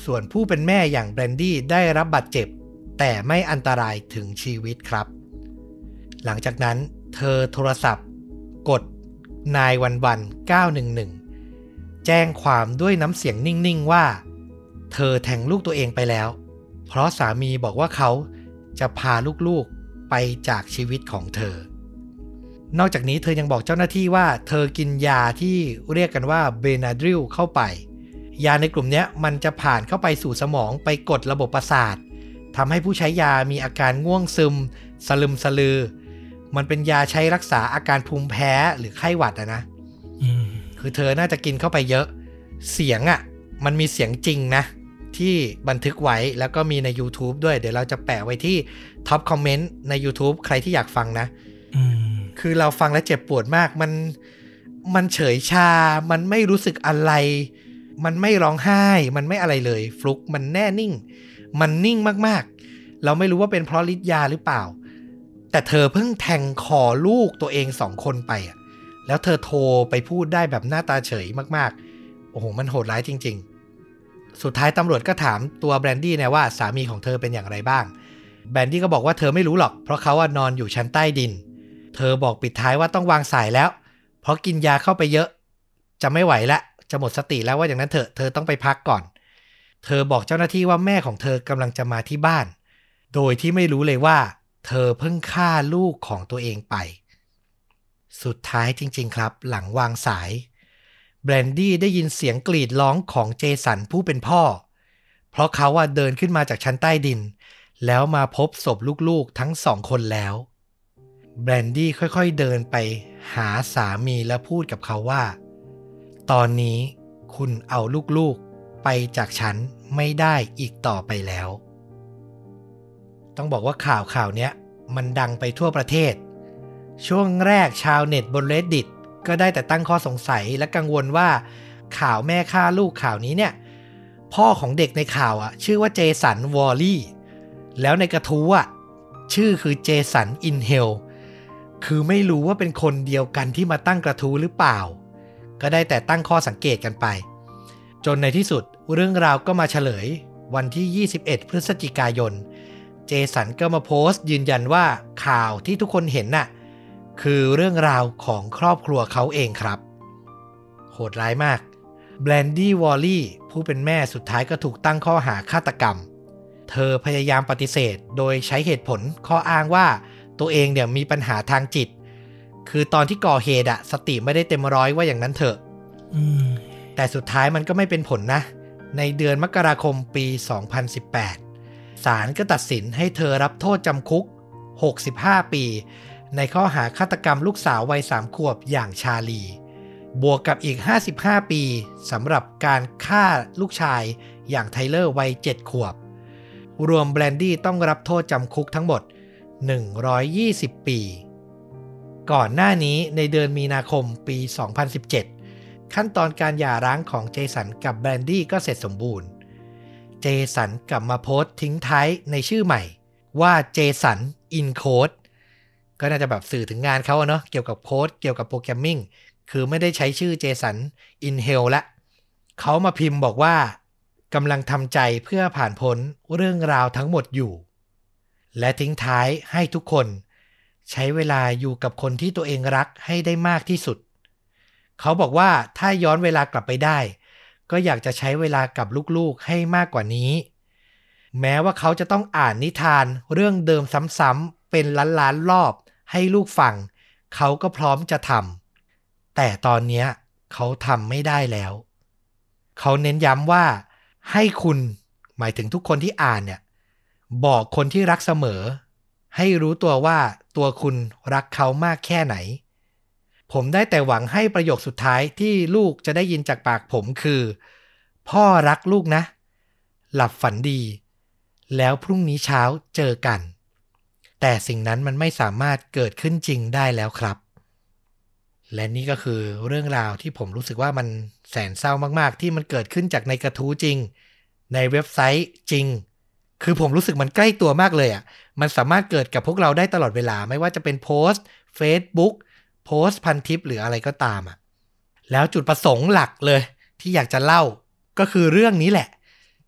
ส่วนผู้เป็นแม่อย่างแบรนดี้ได้รับบาดเจ็บแต่ไม่อันตรายถึงชีวิตครับหลังจากนั้นเธอโทรศัพท์กดนายวันวันเก้าหนึ่งหนึ่งแจ้งความด้วยน้ำเสียงนิ่งๆว่าเธอแทงลูกตัวเองไปแล้วเพราะสามีบอกว่าเขาจะพาลูกๆไปจากชีวิตของเธอนอกจากนี้เธอยังบอกเจ้าหน้าที่ว่าเธอกินยาที่เรียกกันว่าเบนาดริลเข้าไปยาในกลุ่มนี้มันจะผ่านเข้าไปสู่สมองไปกดระบบประสาททำให้ผู้ใช้ยามีอาการง่วงซึมสลึมสลือมันเป็นยาใช้รักษาอาการภูมิแพ้หรือไข้หวัดอะนะคือเธอน่าจะกินเข้าไปเยอะเสียงอะมันมีเสียงจริงนะที่บันทึกไว้แล้วก็มีใน YouTube ด้วยเดี๋ยวเราจะแปะไว้ที่ท็อปคอมเมนต์ใน YouTube ใครที่อยากฟังนะคือเราฟังแล้วเจ็บปวดมากมันมันเฉยชามันไม่รู้สึกอะไรมันไม่ร้องไห้มันไม่อะไรเลยฟลุกมันแน่นิ่งมันนิ่งมากๆเราไม่รู้ว่าเป็นเพราะฤทธิ์ยาหรือเปล่าแต่เธอเพิ่งแทงคอลูกตัวเองสองคนไปอ่ะแล้วเธอโทรไปพูดได้แบบหน้าตาเฉยมากๆโอ้โหมันโหดร้ายจริงๆสุดท้ายตำรวจก็ถามตัวแบรนดี้นะว่าสามีของเธอเป็นอย่างไรบ้างแบรนดี้ก็บอกว่าเธอไม่รู้หรอกเพราะเขานอนอยู่ชั้นใต้ดินเธอบอกปิดท้ายว่าต้องวางสายแล้วเพราะกินยาเข้าไปเยอะจะไม่ไหวละจะหมดสติแล้วว่าอย่างนั้นเถอะเธอต้องไปพักก่อนเธอบอกเจ้าหน้าที่ว่าแม่ของเธอกำลังจะมาที่บ้านโดยที่ไม่รู้เลยว่าเธอเพิ่งฆ่าลูกของตัวเองไปสุดท้ายจริงๆครับหลังวางสายแบรนดี้ได้ยินเสียงกรีดร้องของเจสันผู้เป็นพ่อเพราะเขาเดินขึ้นมาจากชั้นใต้ดินแล้วมาพบศพลูกๆทั้งสองคนแล้วแบรนดี้ค่อยๆเดินไปหาสามีและพูดกับเขาว่าตอนนี้คุณเอาลูกๆไปจากฉันไม่ได้อีกต่อไปแล้วต้องบอกว่าข่าวข่าวนี้มันดังไปทั่วประเทศช่วงแรกชาวเน็ตบน Reddit ก็ได้แต่ตั้งข้อสงสัยและกังวลว่าข่าวแม่ฆ่าลูกข่าวนี้เนี่ยพ่อของเด็กในข่าวอ่ะชื่อว่าเจสันวอลลี่แล้วในกระทู้อ่ะชื่อคือเจสันอินเฮลคือไม่รู้ว่าเป็นคนเดียวกันที่มาตั้งกระทู้หรือเปล่าก็ได้แต่ตั้งข้อสังเกตกันไปจนในที่สุดเรื่องราวก็มาเฉลยวันที่ยี่สิบเอ็ดพฤศจิกายนเจสันก็มาโพสต์ยืนยันว่าข่าวที่ทุกคนเห็นน่ะคือเรื่องราวของครอบครัวเขาเองครับโหดร้ายมากแบรนดี้วอลลี่ผู้เป็นแม่สุดท้ายก็ถูกตั้งข้อหาฆาตกรรมเธอพยายามปฏิเสธโดยใช้เหตุผลข้ออ้างว่าตัวเองเนี่ยมีปัญหาทางจิตคือตอนที่ก่อเหตุอะสติไม่ได้เต็มร้อยว่าอย่างนั้นเถอะแต่สุดท้ายมันก็ไม่เป็นผลนะในเดือนมกราคมปีสองพันสิบแปดศาลก็ตัดสินให้เธอรับโทษจำคุกหกสิบห้าปีในข้อหาฆาตกรรมลูกสาววัยสามขวบอย่างชาลีบวกกับอีกห้าสิบห้าปีสำหรับการฆ่าลูกชายอย่างไทเลอร์วัยเจ็ดขวบรวมแบรนดี้ต้องรับโทษจำคุกทั้งหมดหนึ่งร้อยยี่สิบปีก่อนหน้านี้ในเดือนมีนาคมปีสองพันสิบเจ็ดขั้นตอนการหย่าร้างของเจสันกับแบรนดี้ก็เสร็จสมบูรณ์เจสันกลับมาโพสต์ทิ้งท้ายในชื่อใหม่ว่าเจสันอินโค้ดก็น่าจะแบบสื่อถึงงานเขาเนาะเกี่ยวกับโค้ดเกี่ยวกับโปรแกรมมิ่งคือไม่ได้ใช้ชื่อเจสันอินเฮลละเขามาพิมพ์บอกว่ากำลังทำใจเพื่อผ่านพ้นเรื่องราวทั้งหมดอยู่และทิ้งท้ายให้ทุกคนใช้เวลาอยู่กับคนที่ตัวเองรักให้ได้มากที่สุดเขาบอกว่าถ้าย้อนเวลากลับไปได้ก็อยากจะใช้เวลากับลูกๆให้มากกว่านี้แม้ว่าเขาจะต้องอ่านนิทานเรื่องเดิมซ้ำๆเป็นล้านๆรอบให้ลูกฟังเขาก็พร้อมจะทำแต่ตอนนี้เขาทำไม่ได้แล้วเขาเน้นย้ำว่าให้คุณหมายถึงทุกคนที่อ่านเนี่ยบอกคนที่รักเสมอให้รู้ตัวว่าตัวคุณรักเขามากแค่ไหนผมได้แต่หวังให้ประโยคสุดท้ายที่ลูกจะได้ยินจากปากผมคือพ่อรักลูกนะหลับฝันดีแล้วพรุ่งนี้เช้าเจอกันแต่สิ่งนั้นมันไม่สามารถเกิดขึ้นจริงได้แล้วครับและนี่ก็คือเรื่องราวที่ผมรู้สึกว่ามันแสนเศร้ามากๆที่มันเกิดขึ้นจากในกระทู้จริงในเว็บไซต์จริงคือผมรู้สึกมันใกล้ตัวมากเลยอ่ะมันสามารถเกิดกับพวกเราได้ตลอดเวลาไม่ว่าจะเป็นโพสต์ Facebook โพสต์พันทิปหรืออะไรก็ตามอ่ะแล้วจุดประสงค์หลักเลยที่อยากจะเล่าก็คือเรื่องนี้แหละ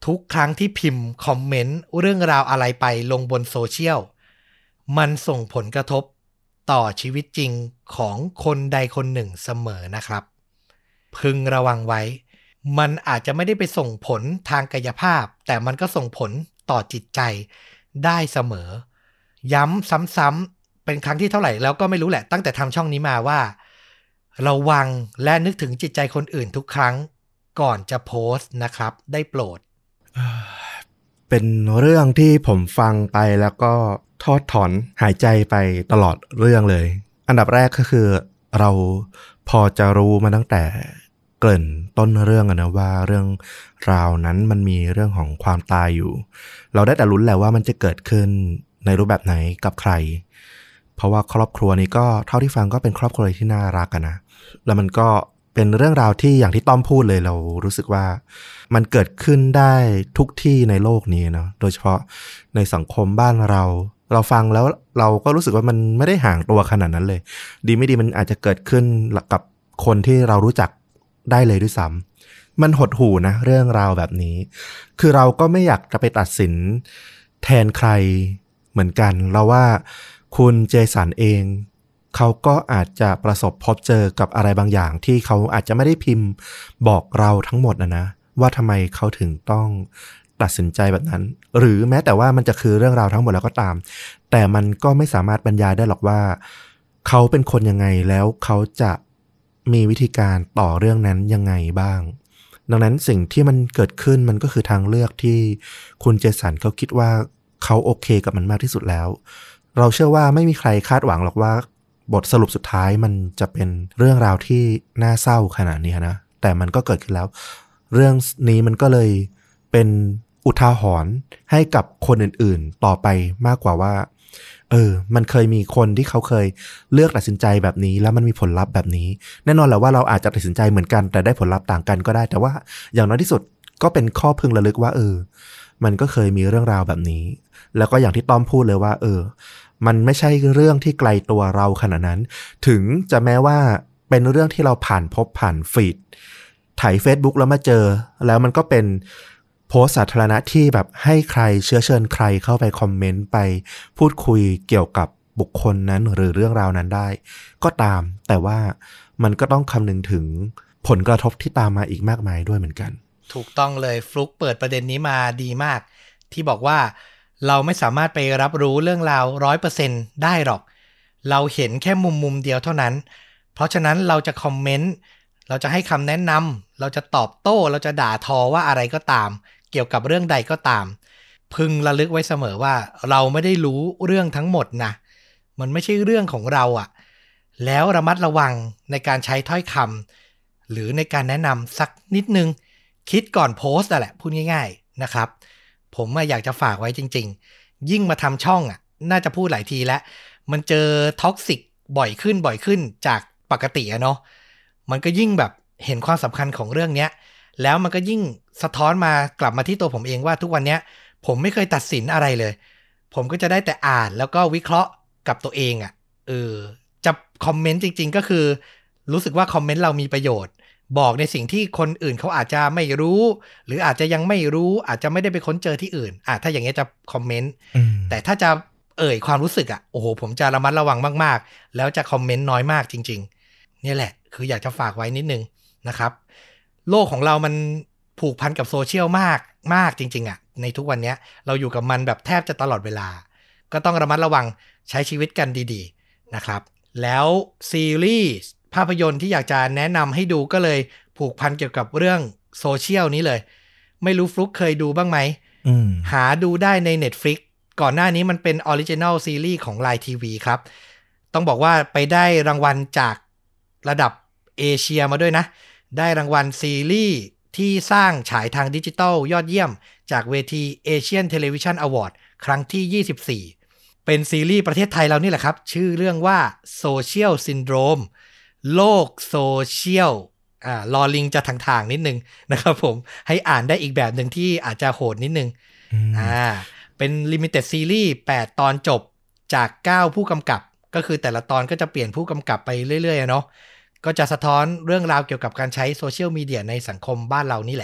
ทุกครั้งที่พิมพ์คอมเมนต์เรื่องราวอะไรไปลงบนโซเชียลมันส่งผลกระทบต่อชีวิตจริงของคนใดคนหนึ่งเสมอนะครับพึงระวังไว้มันอาจจะไม่ได้ไปส่งผลทางกายภาพแต่มันก็ส่งผลต่อจิตใจได้เสมอย้ำซ้ำๆเป็นครั้งที่เท่าไหร่แล้วก็ไม่รู้แหละตั้งแต่ทำช่องนี้มาว่าระวังและนึกถึงจิตใจคนอื่นทุกครั้งก่อนจะโพสต์นะครับได้โปรดเป็นเรื่องที่ผมฟังไปแล้วก็ทอดถอนหายใจไปตลอดเรื่องเลยอันดับแรกก็คือเราพอจะรู้มาตั้งแต่เกริ่นต้นเรื่องอะนะว่าเรื่องราวนั้นมันมีเรื่องของความตายอยู่เราได้แต่ลุ้นแหละว่ามันจะเกิดขึ้นในรูปแบบไหนกับใครเพราะว่าครอบครัวนี้ก็เท่าที่ฟังก็เป็นครอบครัวที่น่ารักกันนะแล้วมันก็เป็นเรื่องราวที่อย่างที่ต้อมพูดเลยเรารู้สึกว่ามันเกิดขึ้นได้ทุกที่ในโลกนี้เนาะโดยเฉพาะในสังคมบ้านเราเราฟังแล้วเราก็รู้สึกว่ามันไม่ได้ห่างตัวขนาดนั้นเลยดีไม่ดีมันอาจจะเกิดขึ้นกับคนที่เรารู้จักได้เลยด้วยซ้ำมันหดหู่นะเรื่องราวแบบนี้คือเราก็ไม่อยากจะไปตัดสินแทนใครเหมือนกันเราว่าคุณเจสันเองเขาก็อาจจะประสบพบเจอกับอะไรบางอย่างที่เขาอาจจะไม่ได้พิมพ์บอกเราทั้งหมดนะนะว่าทำไมเขาถึงต้องตัดสินใจแบบนั้นหรือแม้แต่ว่ามันจะคือเรื่องราวทั้งหมดแล้วก็ตามแต่มันก็ไม่สามารถบรรยายได้หรอกว่าเขาเป็นคนยังไงแล้วเขาจะมีวิธีการต่อเรื่องนั้นยังไงบ้างดังนั้นสิ่งที่มันเกิดขึ้นมันก็คือทางเลือกที่คุณเจสันเขาคิดว่าเขาโอเคกับมันมากที่สุดแล้วเราเชื่อว่าไม่มีใครคาดหวังหรอกว่าบทสรุปสุดท้ายมันจะเป็นเรื่องราวที่น่าเศร้าขนาดนี้นะแต่มันก็เกิดขึ้นแล้วเรื่องนี้มันก็เลยเป็นอุทาหรณ์ให้กับคนอื่นๆต่อไปมากกว่าว่าเออมันเคยมีคนที่เขาเคยเลือกตัดสินใจแบบนี้แล้วมันมีผลลัพธ์แบบนี้แน่นอนแหละว่าเราอาจจะตัดสินใจเหมือนกันแต่ได้ผลลัพธ์ต่างกันก็ได้แต่ว่าอย่างน้อยที่สุดก็เป็นข้อพึงระลึกว่าเออมันก็เคยมีเรื่องราวแบบนี้แล้วก็อย่างที่ต้อมพูดเลยว่าเออมันไม่ใช่เรื่องที่ไกลตัวเราขนาดนั้นถึงจะแม้ว่าเป็นเรื่องที่เราผ่านพบผ่านฟีดถ่าย Facebook แล้วมาเจอแล้วมันก็เป็นโพสต์สาธารณะที่แบบให้ใครเชื้อเชิญใครเข้าไปคอมเมนต์ไปพูดคุยเกี่ยวกับบุคคลนั้นหรือเรื่องราวนั้นได้ก็ตามแต่ว่ามันก็ต้องคำนึงถึงผลกระทบที่ตามมาอีกมากมายด้วยเหมือนกันถูกต้องเลยฟลุกเปิดประเด็นนี้มาดีมากที่บอกว่าเราไม่สามารถไปรับรู้เรื่องราว ร้อยเปอร์เซ็นต์ ได้หรอกเราเห็นแค่มุมมุมเดียวเท่านั้นเพราะฉะนั้นเราจะคอมเมนต์เราจะให้คำแนะนำเราจะตอบโต้เราจะด่าทอว่าอะไรก็ตามเกี่ยวกับเรื่องใดก็ตามพึงระลึกไว้เสมอว่าเราไม่ได้รู้เรื่องทั้งหมดนะมันไม่ใช่เรื่องของเราอ่ะแล้วระมัดระวังในการใช้ถ้อยคำหรือในการแนะนำสักนิดนึงคิดก่อนโพสต์นั่นแหละพูดง่ายๆนะครับผมอยากจะฝากไว้จริงๆยิ่งมาทำช่องอ่ะน่าจะพูดหลายทีแล้วมันเจอท็อกซิกบ่อยขึ้นบ่อยขึ้นจากปกติอะเนาะมันก็ยิ่งแบบเห็นความสำคัญของเรื่องเนี้ยแล้วมันก็ยิ่งสะท้อนมากลับมาที่ตัวผมเองว่าทุกวันเนี้ยผมไม่เคยตัดสินอะไรเลยผมก็จะได้แต่อ่านแล้วก็วิเคราะห์กับตัวเองอ่ะเออจะคอมเมนต์จริงๆก็คือรู้สึกว่าคอมเมนต์เรามีประโยชน์บอกในสิ่งที่คนอื่นเขาอาจจะไม่รู้หรืออาจจะยังไม่รู้อาจจะไม่ได้ไปค้นเจอที่อื่นอ่ะถ้าอย่างเงี้ยจะคอมเมนต์แต่ถ้าจะเอ่ยความรู้สึกอ่ะโอ้โหผมจะระมัดระวังมากๆแล้วจะคอมเมนต์น้อยมากจริงๆนี่แหละคืออยากจะฝากไว้นิดนึงนะครับโลกของเรามันผูกพันกับโซเชียลมากมากจริงๆอ่ะในทุกวันนี้เราอยู่กับมันแบบแทบจะตลอดเวลาก็ต้องระมัดระวังใช้ชีวิตกันดีๆนะครับแล้วซีรีส์ภาพยนตร์ที่อยากจะแนะนำให้ดูก็เลยผูกพันเกี่ยวกับเรื่องโซเชียลนี้เลยไม่รู้ฟลุกเคยดูบ้างไหมหาดูได้ใน Netflix ก่อนหน้านี้มันเป็นออริจินัลซีรีส์ของ ไลน์ ที วี ครับต้องบอกว่าไปได้รางวัลจากระดับเอเชียมาด้วยนะได้รางวัลซีรีส์ที่สร้างฉายทางดิจิทัลยอดเยี่ยมจากเวที Asian Television Award ครั้งที่ยี่สิบสี่เป็นซีรีส์ประเทศไทยเรานี่แหละครับชื่อเรื่องว่า Social Syndrome โลกโซเชียลอ่าลอลิงจะทางๆนิดนึงนะครับผมให้อ่านได้อีกแบบหนึ่งที่อาจจะโหดนิดนึงอ่าเป็น Limited Series แปดตอนจบจากเก้าผู้กำกับก็คือแต่ละตอนก็จะเปลี่ยนผู้กำกับไปเรื่อยๆเนาะก็จะสะท้อนเรื่องราวเกี่ยวกับการใช้โซเชียลมีเดียในสังคมบ้านเรานี่แหละ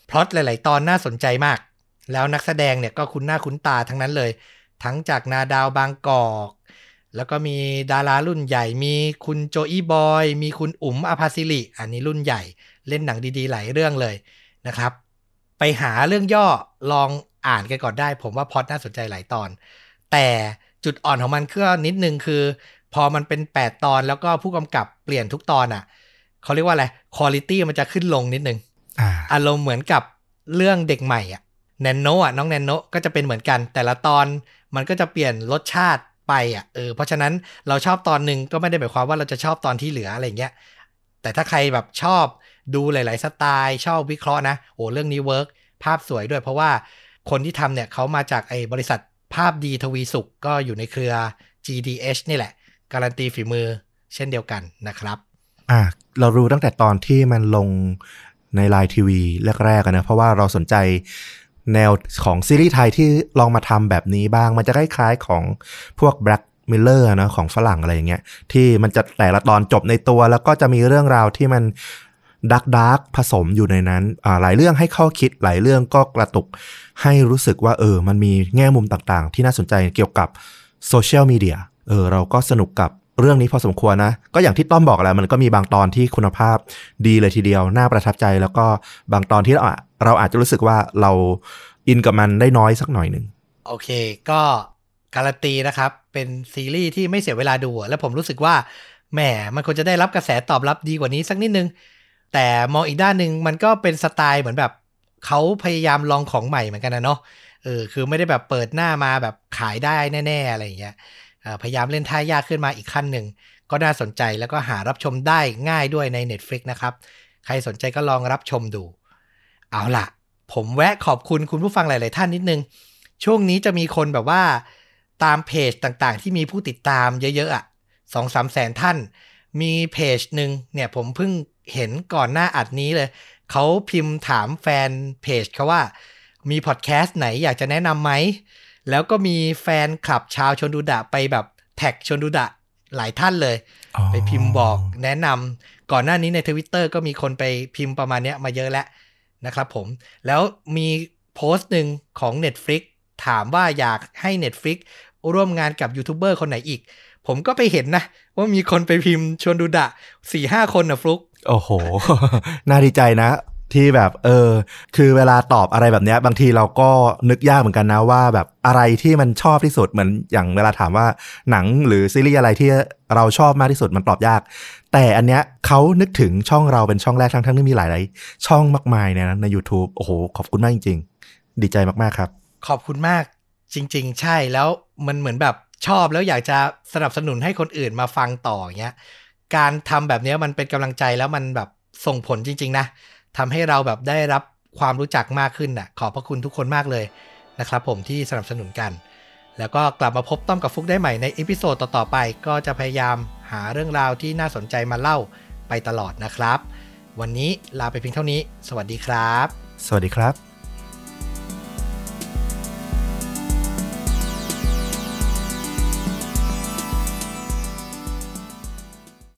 พล็อตหลายๆตอนน่าสนใจมากแล้วนักแสดงเนี่ยก็คุ้นหน้าคุ้นตาทั้งนั้นเลยทั้งจากนาดาวบางกอกแล้วก็มีดารารุ่นใหญ่มีคุณโจอี้บอยมีคุณอุ๋มอภาสิริอันนี้รุ่นใหญ่เล่นหนังดีๆหลายเรื่องเลยนะครับไปหาเรื่องย่อลองอ่านกันก่อนได้ผมว่าพล็อตน่าสนใจหลายตอนแต่จุดอ่อนของมันก็นิดนึงคือพอมันเป็นแปดตอนแล้วก็ผู้กำกับเปลี่ยนทุกตอนอ่ะเขาเรียกว่าอะไรควอลิตี้มันจะขึ้นลงนิดนึง อ่า อารมณ์เหมือนกับเรื่องเด็กใหม่อ่ะแนนโนอ่ะน้องแนนโนก็จะเป็นเหมือนกันแต่ละตอนมันก็จะเปลี่ยนรสชาติไปอ่ะเออเพราะฉะนั้นเราชอบตอนนึงก็ไม่ได้หมายความว่าเราจะชอบตอนที่เหลืออะไรเงี้ยแต่ถ้าใครแบบชอบดูหลายๆสไตล์ชอบวิเคราะห์นะโอ้เรื่องนี้เวิร์กภาพสวยด้วยเพราะว่าคนที่ทำเนี่ยเขามาจากไอ้บริษัทภาพดีทวีสุขก็อยู่ในเครือ จี ดี เอช นี่แหละการันตีฝีมือเช่นเดียวกันนะครับอ่าเรารู้ตั้งแต่ตอนที่มันลงในไลน์ทีวีแรกๆนะเพราะว่าเราสนใจแนวของซีรีส์ไทยที่ลองมาทำแบบนี้บ้างมันจะคล้ายๆของพวก Black Mirror นะของฝรั่งอะไรอย่างเงี้ยที่มันจะแต่ละตอนจบในตัวแล้วก็จะมีเรื่องราวที่มันดักดาร์กผสมอยู่ในนั้นอ่าหลายเรื่องให้ข้อคิดหลายเรื่องก็กระตุกให้รู้สึกว่าเออมันมีแง่มุมต่างๆที่น่าสนใจเกี่ยวกับโซเชียลมีเดียเออเราก็สนุกกับเรื่องนี้พอสมควรนะก็อย่างที่ต้อมบอกแหละมันก็มีบางตอนที่คุณภาพดีเลยทีเดียวน่าประทับใจแล้วก็บางตอนที่เราเราอาจจะรู้สึกว่าเราอินกับมันได้น้อยสักหน่อยหนึ่งโอเคก็การันตีนะครับเป็นซีรีส์ที่ไม่เสียเวลาดูแล้วผมรู้สึกว่าแหมมันควรจะได้รับกระแสตอบรับดีกว่านี้สักนิดนึงแต่มองอีกด้านนึงมันก็เป็นสไตล์เหมือนแบบเขาพยายามลองของใหม่เหมือนกันนะเนาะเออคือไม่ได้แบบเปิดหน้ามาแบบขายได้แน่ๆอะไรอย่างเงี้ยพยายามเล่นท่ายากขึ้นมาอีกขั้นหนึ่งก็น่าสนใจแล้วก็หารับชมได้ง่ายด้วยใน Netflix นะครับใครสนใจก็ลองรับชมดูเอาล่ะผมแวะขอบคุณคุณผู้ฟังหลายๆท่านนิดนึงช่วงนี้จะมีคนแบบว่าตามเพจต่างๆที่มีผู้ติดตามเยอะๆอ่ะ สองถึงสาม แสนท่านมีเพจหนึ่งเนี่ยผมเพิ่งเห็นก่อนหน้าอัดนี้เลยเขาพิมพ์ถามแฟนเพจเขาว่ามีพอดแคสต์ไหนอยากจะแนะนำไหมแล้วก็มีแฟนคลับชาวชนดูดะไปแบบแท็กชนดูดะหลายท่านเลย oh. ไปพิมพ์บอกแนะนำก่อนหน้านี้ใน Twitter ก็มีคนไปพิมพ์ประมาณนี้มาเยอะแล้วนะครับผมแล้วมีโพสต์หนึ่งของ Netflix ถามว่าอยากให้ Netflix ร่วมงานกับยูทูบเบอร์คนไหนอีกผมก็ไปเห็นนะว่ามีคนไปพิมพ์ชวนดูดะ สี่ห้า คนนะฟลุกโอ้โห น่าดีใจนะที่แบบเออคือเวลาตอบอะไรแบบนี้บางทีเราก็นึกยากเหมือนกันนะว่าแบบอะไรที่มันชอบที่สุดเหมือนอย่างเวลาถามว่าหนังหรือซีรีส์อะไรที่เราชอบมากที่สุดมันตอบยากแต่อันเนี้ยเขานึกถึงช่องเราเป็นช่องแรกทั้งทั้งที่มีหลายๆช่องมากมายในใน YouTube โอ้โหขอบคุณมากจริงๆดีใจมากๆครับขอบคุณมากจริงๆใช่แล้วมันเหมือนแบบชอบแล้วอยากจะสนับสนุนให้คนอื่นมาฟังต่ออย่างเงี้ยการทำแบบนี้มันเป็นกำลังใจแล้วมันแบบส่งผลจริงๆนะทำให้เราแบบได้รับความรู้จักมากขึ้นน่ะขอบพระคุณทุกคนมากเลยนะครับผมที่สนับสนุนกันแล้วก็กลับมาพบต้อมกับฟุกได้ใหม่ในเอพิโซดต่อๆไปก็จะพยายามหาเรื่องราวที่น่าสนใจมาเล่าไปตลอดนะครับวันนี้ลาไปเพียงเท่านี้สวัสดีครับสวัสดีครับ